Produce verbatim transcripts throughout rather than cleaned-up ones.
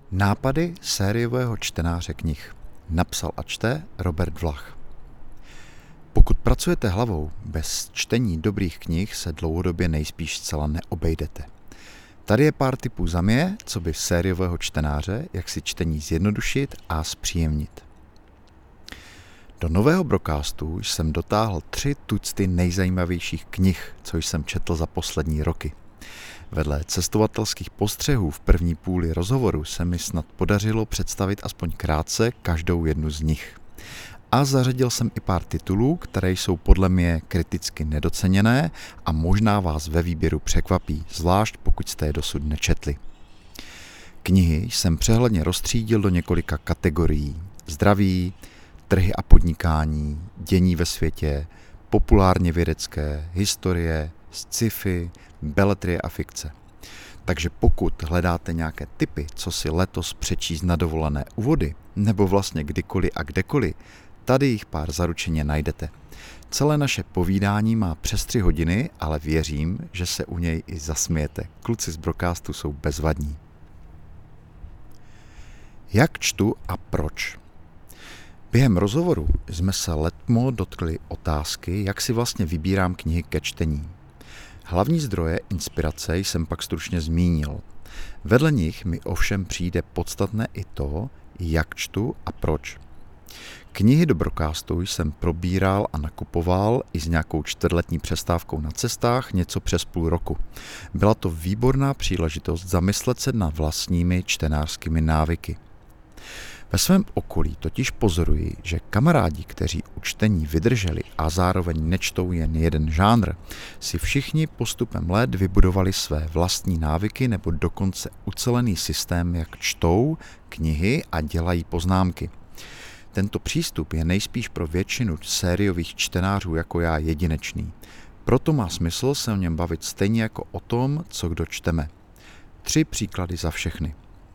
Nápady sériového čtenáře knih. Napsal a čte Robert Vlach. Pokud pracujete hlavou, bez čtení dobrých knih se dlouhodobě nejspíš zcela neobejdete. Tady je pár tipů za mě, co by sériového čtenáře, jak si čtení zjednodušit a zpříjemnit. Do nového broadcastu jsem dotáhl tři tucty nejzajímavějších knih, co jsem četl za poslední roky. Vedle cestovatelských postřehů v první půli rozhovoru se mi snad podařilo představit aspoň krátce každou jednu z nich. A zařadil jsem i pár titulů, které jsou podle mě kriticky nedoceněné a možná vás ve výběru překvapí, zvlášť pokud jste je dosud nečetli. Knihy jsem přehledně rozstřídil do několika kategorií. Zdraví, trhy a podnikání, dění ve světě, populárně vědecké, historie, sci-fi, beletrie a fikce. Takže pokud hledáte nějaké tipy, co si letos přečíst na dovolené u vody, nebo vlastně kdykoliv a kdekoliv, tady jich pár zaručeně najdete. Celé naše povídání má přes tři hodiny, ale věřím, že se u něj i zasmějete. Kluci z broadcastu jsou bezvadní. Jak čtu a proč? Během rozhovoru jsme se letmo dotkli otázky, jak si vlastně vybírám knihy ke čtení. Hlavní zdroje inspirace jsem pak stručně zmínil. Vedle nich mi ovšem přijde podstatné i to, jak čtu a proč. Knihy do broadcastu jsem probíral a nakupoval i s nějakou čtvrtletní přestávkou na cestách něco přes půl roku. Byla to výborná příležitost zamyslet se nad vlastními čtenářskými návyky. Ve svém okolí totiž pozoruji, že kamarádi, kteří u čtení vydrželi a zároveň nečtou jen jeden žánr, si všichni postupem let vybudovali své vlastní návyky nebo dokonce ucelený systém, jak čtou knihy a dělají poznámky. Tento přístup je nejspíš pro většinu sériových čtenářů jako já jedinečný. Proto má smysl se o něm bavit stejně jako o tom, co kdo čteme. Tři příklady za všechny.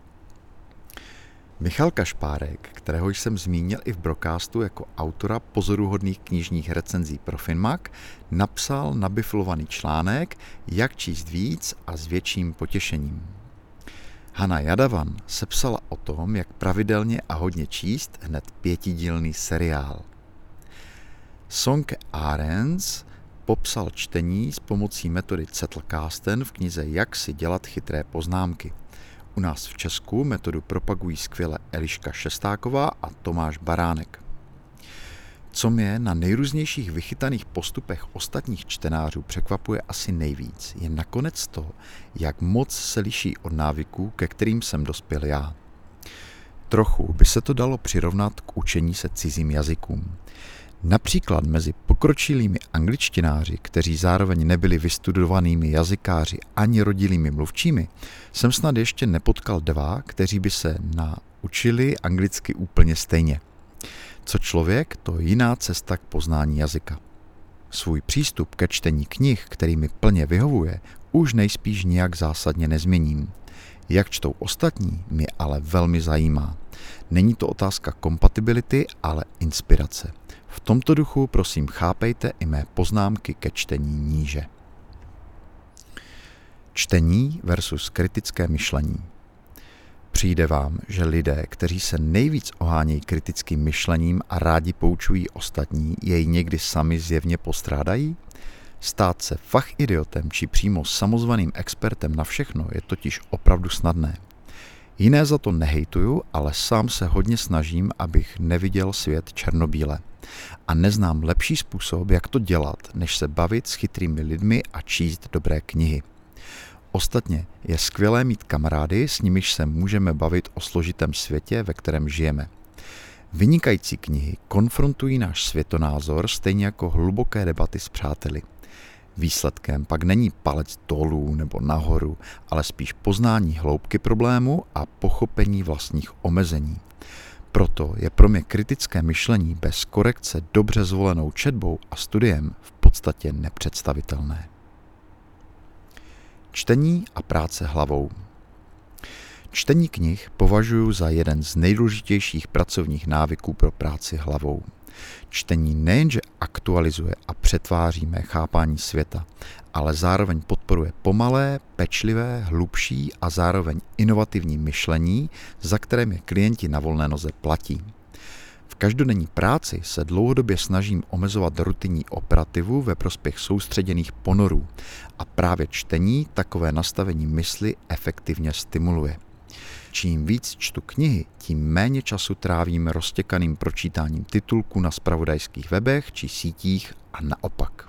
Michal Kašpárek, kterého jsem zmínil i v broadcastu jako autora pozoruhodných knižních recenzí pro Finmak, napsal nabiflovaný článek Jak číst víc a s větším potěšením. Hana Jadavan sepsala o tom, jak pravidelně a hodně číst hned pětidílný seriál. Sonke Arens popsal čtení s pomocí metody Zettelkasten v knize Jak si dělat chytré poznámky. U nás v Česku metodu propagují skvěle Eliška Šestáková a Tomáš Baránek. Co mě na nejrůznějších vychytaných postupech ostatních čtenářů překvapuje asi nejvíc, je nakonec to, jak moc se liší od návyků, ke kterým jsem dospěl já. Trochu by se to dalo přirovnat k učení se cizím jazykům. Například mezi pokročilými angličtináři, kteří zároveň nebyli vystudovanými jazykáři ani rodilými mluvčími, jsem snad ještě nepotkal dva, kteří by se naučili anglicky úplně stejně. Co člověk, to jiná cesta k poznání jazyka. Svůj přístup ke čtení knih, který mi plně vyhovuje, už nejspíš nijak zásadně nezměním. Jak čtou ostatní, mě ale velmi zajímá. Není to otázka kompatibility, ale inspirace. V tomto duchu prosím chápejte i mé poznámky ke čtení níže. Čtení versus kritické myšlení. Přijde vám, že lidé, kteří se nejvíc ohánějí kritickým myšlením a rádi poučují ostatní, jej někdy sami zjevně postrádají? Stát se fachidiotem či přímo samozvaným expertem na všechno je totiž opravdu snadné. Jiné za to nehejtuju, ale sám se hodně snažím, abych neviděl svět černobíle. A neznám lepší způsob, jak to dělat, než se bavit s chytrými lidmi a číst dobré knihy. Ostatně je skvělé mít kamarády, s nimiž se můžeme bavit o složitém světě, ve kterém žijeme. Vynikající knihy konfrontují náš světonázor stejně jako hluboké debaty s přáteli. Výsledkem pak není palec dolů nebo nahoru, ale spíš poznání hloubky problému a pochopení vlastních omezení. Proto je pro mě kritické myšlení bez korekce dobře zvolenou četbou a studiem v podstatě nepředstavitelné. Čtení a práce hlavou. Čtení knih považuji za jeden z nejdůležitějších pracovních návyků pro práci hlavou. Čtení nejenže aktualizuje a přetváří mé chápání světa, ale zároveň podporuje pomalé, pečlivé, hlubší a zároveň inovativní myšlení, za které mě klienti na volné noze platí. V každodenní práci se dlouhodobě snažím omezovat rutinní operativu ve prospěch soustředěných ponorů a právě čtení takové nastavení mysli efektivně stimuluje. Čím víc čtu knihy, tím méně času trávím roztěkaným pročítáním titulků na zpravodajských webech či sítích a naopak.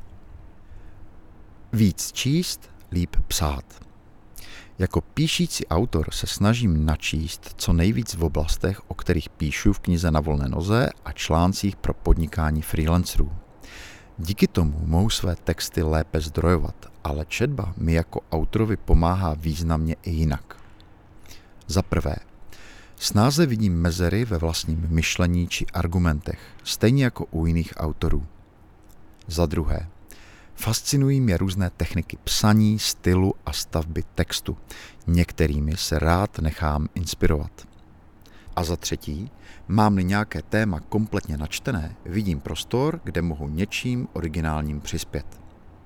Víc číst, líp psát. Jako píšící autor se snažím načíst co nejvíc v oblastech, o kterých píšu v knize Na volné noze a článcích pro podnikání freelancerů. Díky tomu mohu své texty lépe zdrojovat, ale četba mi jako autorovi pomáhá významně i jinak. Za prvé, snáze vidím mezery ve vlastním myšlení či argumentech, stejně jako u jiných autorů. Za druhé, fascinují mě různé techniky psaní, stylu a stavby textu. Některými se rád nechám inspirovat. A za třetí, mám-li nějaké téma kompletně načtené, vidím prostor, kde mohu něčím originálním přispět.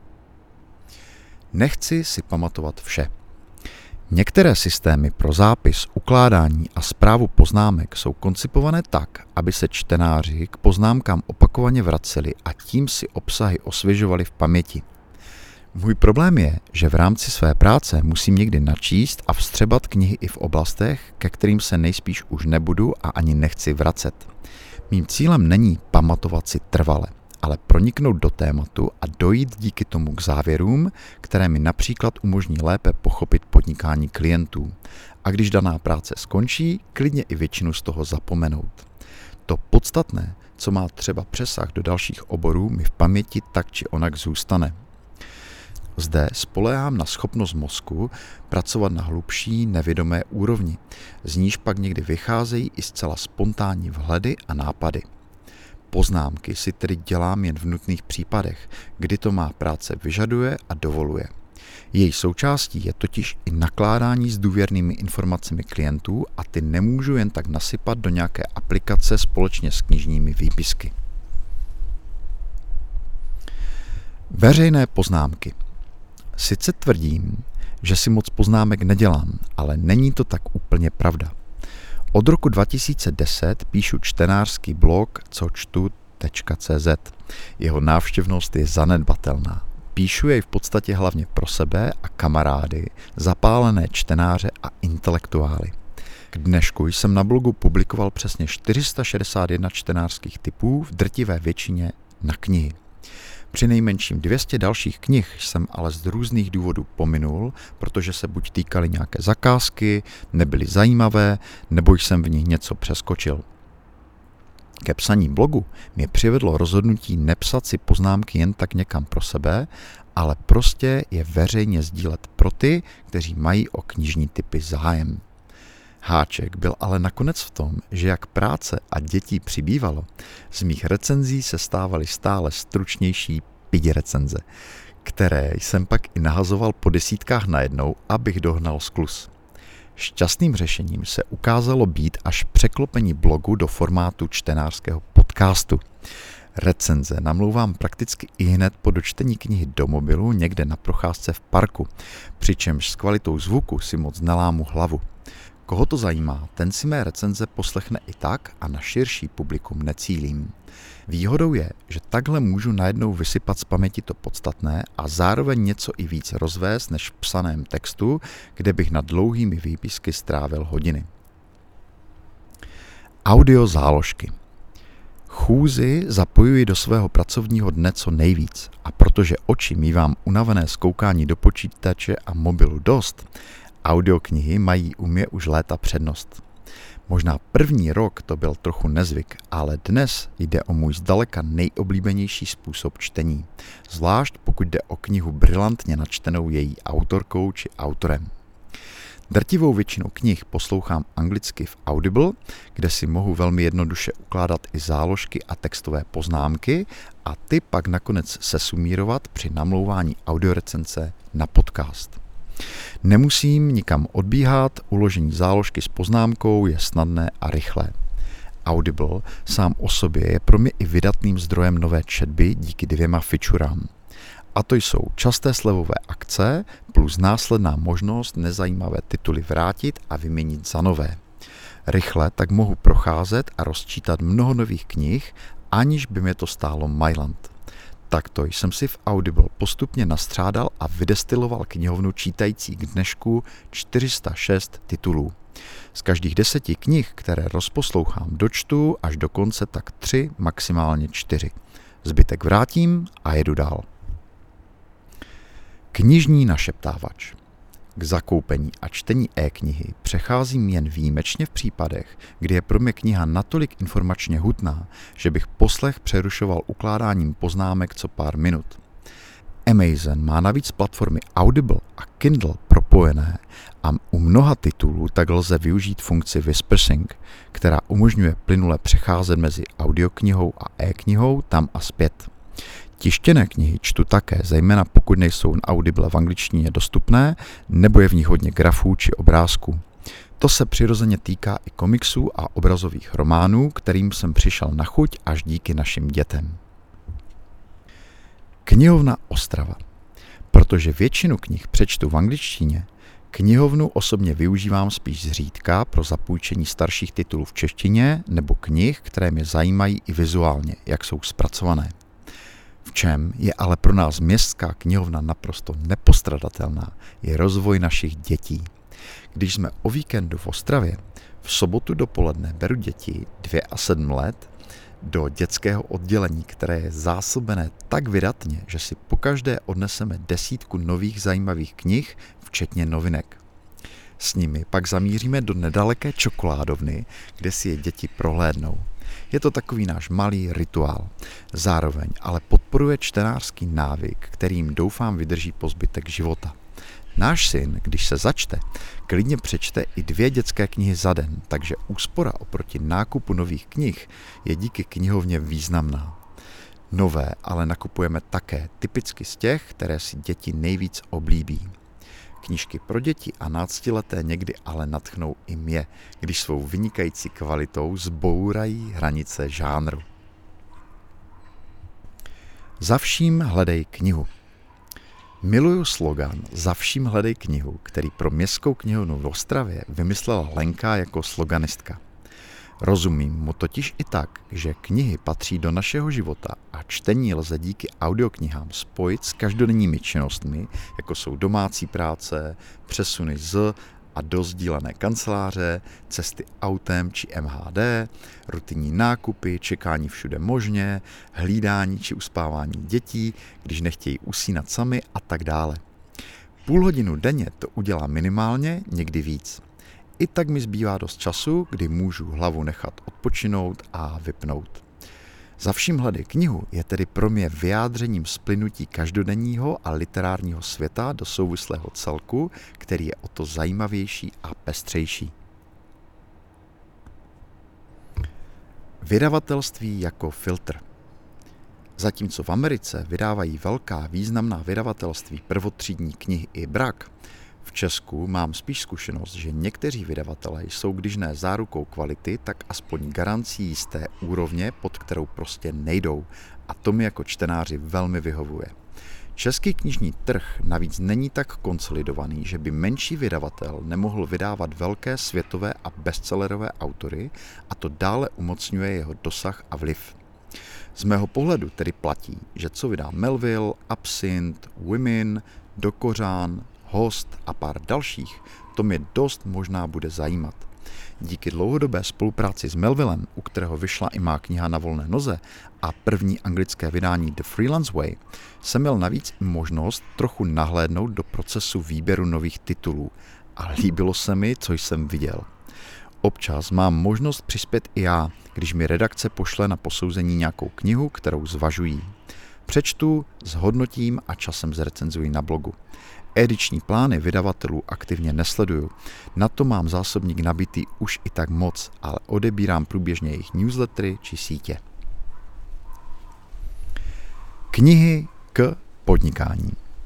Nechci si pamatovat vše. Některé systémy pro zápis, ukládání a správu poznámek jsou koncipované tak, aby se čtenáři k poznámkám opakovaně vraceli a tím si obsahy osvěžovali v paměti. Můj problém je, že v rámci své práce musím někdy načíst a vstřebat knihy i v oblastech, ke kterým se nejspíš už nebudu a ani nechci vracet. Mým cílem není pamatovat si trvale, ale proniknout do tématu a dojít díky tomu k závěrům, které mi například umožní lépe pochopit podnikání klientů. A když daná práce skončí, klidně i většinu z toho zapomenout. To podstatné, co má třeba přesah do dalších oborů, mi v paměti tak či onak zůstane. Zde spoléhám na schopnost mozku pracovat na hlubší, nevědomé úrovni, z níž pak někdy vycházejí i zcela spontánní vhledy a nápady. Poznámky si tedy dělám jen v nutných případech, kdy to má práce vyžaduje a dovoluje. Její součástí je totiž i nakládání s důvěrnými informacemi klientů a ty nemůžu jen tak nasypat do nějaké aplikace společně s knižními výpisky. Veřejné poznámky. Sice tvrdím, že si moc poznámek nedělám, ale není to tak úplně pravda. Od roku dva tisíce deset píšu čtenářský blog co čtu tečka cé zet. Jeho návštěvnost je zanedbatelná. Píšu jej v podstatě hlavně pro sebe a kamarády, zapálené čtenáře a intelektuály. K dnešku jsem na blogu publikoval přesně čtyři sta šedesát jedna čtenářských tipů, v drtivé většině na knihy. Přinejmenším dvě stě dalších knih jsem ale z různých důvodů pominul, protože se buď týkaly nějaké zakázky, nebyly zajímavé, nebo jsem v nich něco přeskočil. Ke psaní blogu mě přivedlo rozhodnutí nepsat si poznámky jen tak někam pro sebe, ale prostě je veřejně sdílet pro ty, kteří mají o knižní tipy zájem. Háček byl ale nakonec v tom, že jak práce a dětí přibývalo, z mých recenzí se stávaly stále stručnější pidi recenze, které jsem pak i nahazoval po desítkách najednou, abych dohnal skluz. Šťastným řešením se ukázalo být až překlopení blogu do formátu čtenářského podcastu. Recenze namlouvám prakticky i hned po dočtení knihy do mobilu někde na procházce v parku, přičemž s kvalitou zvuku si moc nelámu hlavu. Koho to zajímá, ten si mé recenze poslechne i tak a na širší publikum necílím. Výhodou je, že takhle můžu najednou vysypat z paměti to podstatné a zároveň něco i víc rozvést než v psaném textu, kde bych nad dlouhými výpisky strávil hodiny. Audio záložky. Chůzi zapojuji do svého pracovního dne co nejvíc a protože oči mívám unavené z koukání do počítače a mobilu dost, audioknihy mají u mě už léta přednost. Možná první rok to byl trochu nezvyk, ale dnes jde o můj zdaleka nejoblíbenější způsob čtení, zvlášť pokud jde o knihu brilantně načtenou její autorkou či autorem. Drtivou většinu knih poslouchám anglicky v Audible, kde si mohu velmi jednoduše ukládat i záložky a textové poznámky a ty pak nakonec sesumírovat při namlouvání audiorecenze na podcast. Nemusím nikam odbíhat, uložení záložky s poznámkou je snadné a rychlé. Audible sám o sobě je pro mě i vydatným zdrojem nové četby díky dvěma fičurám. A to jsou časté slevové akce plus následná možnost nezajímavé tituly vrátit a vyměnit za nové. Rychle tak mohu procházet a rozčítat mnoho nových knih, aniž by mě to stálo majlant. Takto jsem si v Audible postupně nastřádal a vydestiloval knihovnu čítající k dnešku čtyři sta šest titulů. Z každých deseti knih, které rozposlouchám, dočtu až do konce tak tři, maximálně čtyři. Zbytek vrátím a jedu dál. Knižní našeptávač. K zakoupení a čtení e-knihy přecházím jen výjimečně v případech, kdy je pro mě kniha natolik informačně hutná, že bych poslech přerušoval ukládáním poznámek co pár minut. Amazon má navíc platformy Audible a Kindle propojené a u mnoha titulů tak lze využít funkci Whispersync, která umožňuje plynule přecházet mezi audioknihou a e-knihou tam a zpět. Tištěné knihy čtu také, zejména pokud nejsou na Audible v angličtině dostupné, nebo je v nich hodně grafů či obrázků. To se přirozeně týká i komiksů a obrazových románů, kterým jsem přišel na chuť až díky našim dětem. Knihovna Ostrava. Protože většinu knih přečtu v angličtině, knihovnu osobně využívám spíš zřídka pro zapůjčení starších titulů v češtině nebo knih, které mě zajímají i vizuálně, jak jsou zpracované. V čem je ale pro nás městská knihovna naprosto nepostradatelná, je rozvoj našich dětí. Když jsme o víkendu v Ostravě, v sobotu dopoledne beru děti dvě a sedm let do dětského oddělení, které je zásobené tak vydatně, že si pokaždé odneseme desítku nových zajímavých knih, včetně novinek. S nimi pak zamíříme do nedaleké čokoládovny, kde si je děti prohlédnou. Je to takový náš malý rituál. Zároveň ale podporuje čtenářský návyk, kterým doufám vydrží po zbytek života. Náš syn, když se začte, klidně přečte i dvě dětské knihy za den, takže úspora oproti nákupu nových knih je díky knihovně významná. Nové ale nakupujeme také, typicky z těch, které si děti nejvíc oblíbí. Knížky pro děti a náctileté někdy ale nadchnou i mě, když svou vynikající kvalitou zbourají hranice žánru. Za vším hledej knihu. Miluju slogan Za vším hledej knihu, který pro městskou knihovnu v Ostravě vymyslela Lenka jako sloganistka. Rozumím mu totiž i tak, že knihy patří do našeho života a čtení lze díky audioknihám spojit s každodenními činnostmi, jako jsou domácí práce, přesuny z a do sdílené kanceláře, cesty autem či M H D, rutinní nákupy, čekání všude možně, hlídání či uspávání dětí, když nechtějí usínat sami a tak dále. Půl hodinu denně to udělá minimálně, někdy víc. I tak mi zbývá dost času, kdy můžu hlavu nechat odpočinout a vypnout. Za vším hledej knihu je tedy pro mě vyjádřením splynutí každodenního a literárního světa do souvislého celku, který je o to zajímavější a pestřejší. Vydavatelství jako filtr. Zatímco v Americe vydávají velká významná vydavatelství prvotřídní knihy i brak, v Česku mám spíš zkušenost, že někteří vydavatelé jsou když ne zárukou kvality, tak aspoň garancí jisté úrovně, pod kterou prostě nejdou. A to mi jako čtenáři velmi vyhovuje. Český knižní trh navíc není tak konsolidovaný, že by menší vydavatel nemohl vydávat velké světové a bestsellerové autory a to dále umocňuje jeho dosah a vliv. Z mého pohledu tedy platí, že co vydá Melville, Absinthe, Women, Dokořán, Host a pár dalších, to mě dost možná bude zajímat. Díky dlouhodobé spolupráci s Melvillem, u kterého vyšla i má kniha Na volné noze a první anglické vydání The Freelance Way, jsem měl navíc i možnost trochu nahlédnout do procesu výběru nových titulů a líbilo se mi, co jsem viděl. Občas mám možnost přispět i já, když mi redakce pošle na posouzení nějakou knihu, kterou zvažují. Přečtu, zhodnotím a časem zrecenzuji na blogu. Ediční plány vydavatelů aktivně nesleduju. Na to mám zásobník nabitý už i tak moc, ale odebírám průběžně jejich newslettery či sítě. Knihy k podnikání.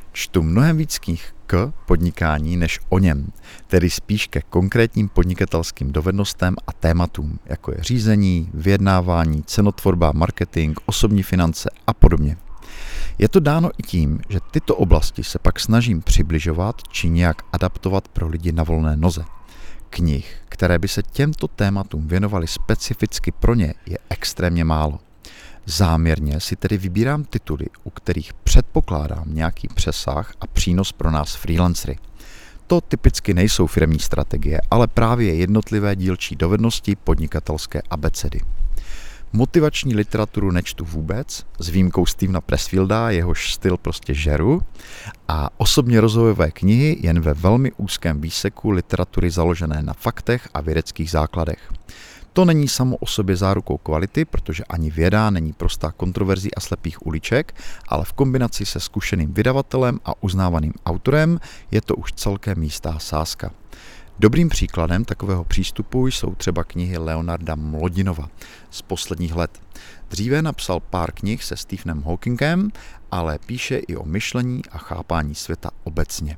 Čtu mnohem víc knih k podnikání než o něm, tedy spíš ke konkrétním podnikatelským dovednostem a tématům, jako je řízení, vyjednávání, cenotvorba, marketing, osobní finance a podobně. Je to dáno i tím, že tyto oblasti se pak snažím přibližovat či nějak adaptovat pro lidi na volné noze. Knih, které by se těmto tématům věnovaly specificky pro ně, je extrémně málo. Záměrně si tedy vybírám tituly, u kterých předpokládám nějaký přesah a přínos pro nás freelancery. To typicky nejsou firemní strategie, ale právě jednotlivé dílčí dovednosti podnikatelské abecedy. Motivační literaturu nečtu vůbec, s výjimkou Stevena Pressfielda, jehož styl prostě žeru, a osobně rozvojové knihy jen ve velmi úzkém výseku literatury založené na faktech a vědeckých základech. To není samo o sobě zárukou kvality, protože ani věda není prostá kontroverzí a slepých uliček, ale v kombinaci se zkušeným vydavatelem a uznávaným autorem je to už celkem jistá sázka. Dobrým příkladem takového přístupu jsou třeba knihy Leonarda Mlodinova z posledních let. Dříve napsal pár knih se Stephenem Hawkingem, ale píše i o myšlení a chápání světa obecně.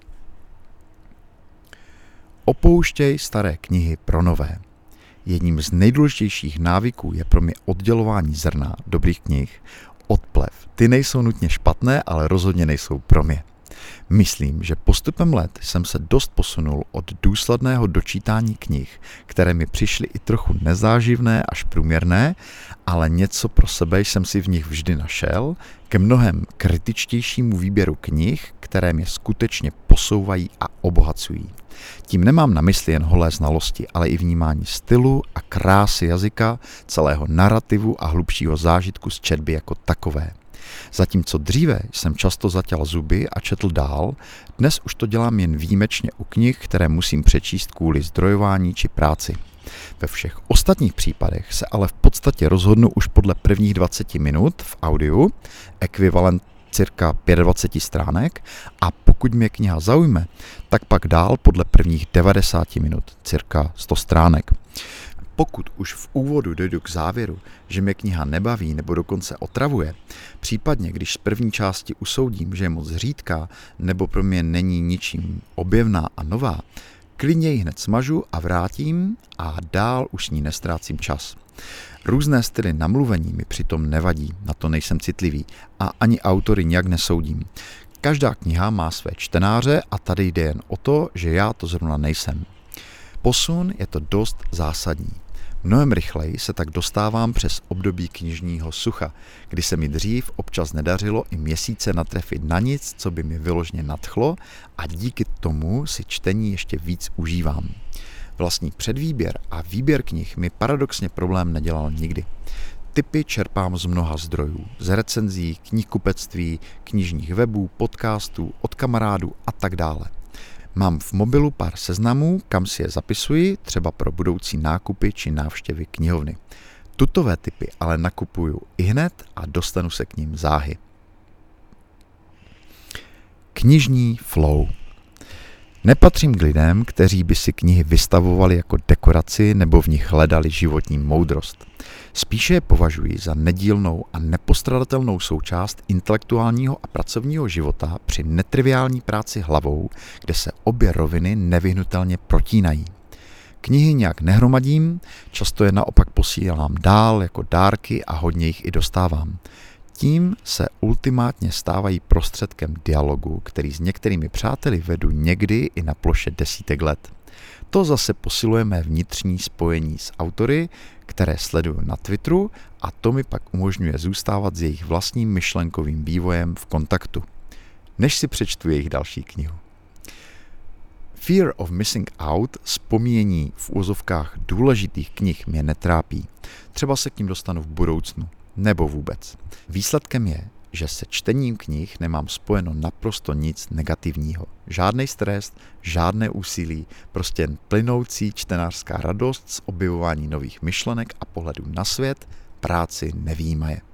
Opouštěj staré knihy pro nové. Jedním z nejdůležitějších návyků je pro mě oddělování zrna dobrých knih od plev. Ty nejsou nutně špatné, ale rozhodně nejsou pro mě. Myslím, že postupem let jsem se dost posunul od důsledného dočítání knih, které mi přišly i trochu nezáživné až průměrné, ale něco pro sebe jsem si v nich vždy našel, ke mnohem kritičtějšímu výběru knih, které mě skutečně posouvají a obohacují. Tím nemám na mysli jen holé znalosti, ale i vnímání stylu a krásy jazyka, celého narrativu a hlubšího zážitku z četby jako takové. Zatímco dříve jsem často zatěl zuby a četl dál, dnes už to dělám jen výjimečně u knih, které musím přečíst kvůli zdrojování či práci. Ve všech ostatních případech se ale v podstatě rozhodnu už podle prvních dvaceti minut v audiu, ekvivalent cirka dvacet pět stránek, a pokud mě kniha zaujme, tak pak dál podle prvních devadesáti minut, cirka sto stránek. Pokud už v úvodu dojdu k závěru, že mě kniha nebaví nebo dokonce otravuje, případně když z první části usoudím, že je moc řídká nebo pro mě není ničím objevná a nová, klidně ji hned smažu a vrátím a dál už s ní nestrácím čas. Různé styly namluvení mi přitom nevadí, na to nejsem citlivý a ani autory nijak nesoudím. Každá kniha má své čtenáře a tady jde jen o to, že já to zrovna nejsem. Posun je to dost zásadní. Mnohem rychleji se tak dostávám přes období knižního sucha, kdy se mi dřív občas nedařilo i měsíce natrefit na nic, co by mi vyloženě nadchlo, a díky tomu si čtení ještě víc užívám. Vlastní předvýběr a výběr knih mi paradoxně problém nedělal nikdy. Tipy čerpám z mnoha zdrojů, z recenzí, knihkupectví, knižních webů, podcastů, od kamarádů a tak dále. Mám v mobilu pár seznamů, kam si je zapisuji, třeba pro budoucí nákupy či návštěvy knihovny. Tutové tipy ale nakupuju ihned a dostanu se k nim záhy. Knižní flow. Nepatřím k lidem, kteří by si knihy vystavovali jako dekoraci nebo v nich hledali životní moudrost. Spíše je považuji za nedílnou a nepostradatelnou součást intelektuálního a pracovního života při netriviální práci hlavou, kde se obě roviny nevyhnutelně protínají. Knihy nějak nehromadím, často je naopak posílám dál jako dárky a hodně jich i dostávám. Tím se ultimátně stávají prostředkem dialogu, který s některými přáteli vedu někdy i na ploše desítek let. To zase posiluje mé vnitřní spojení s autory, které sleduju na Twitteru, a to mi pak umožňuje zůstávat s jejich vlastním myšlenkovým vývojem v kontaktu. Než si přečtu jejich další knihu. Fear of missing out, vzpomínění v úvozovkách důležitých knih, mě netrápí. Třeba se k ním dostanu v budoucnu. Nebo vůbec. Výsledkem je, že se čtením knih nemám spojeno naprosto nic negativního. Žádný stres, žádné úsilí, prostě jen plynoucí čtenářská radost z objevování nových myšlenek a pohledů na svět, práci nevyjímaje.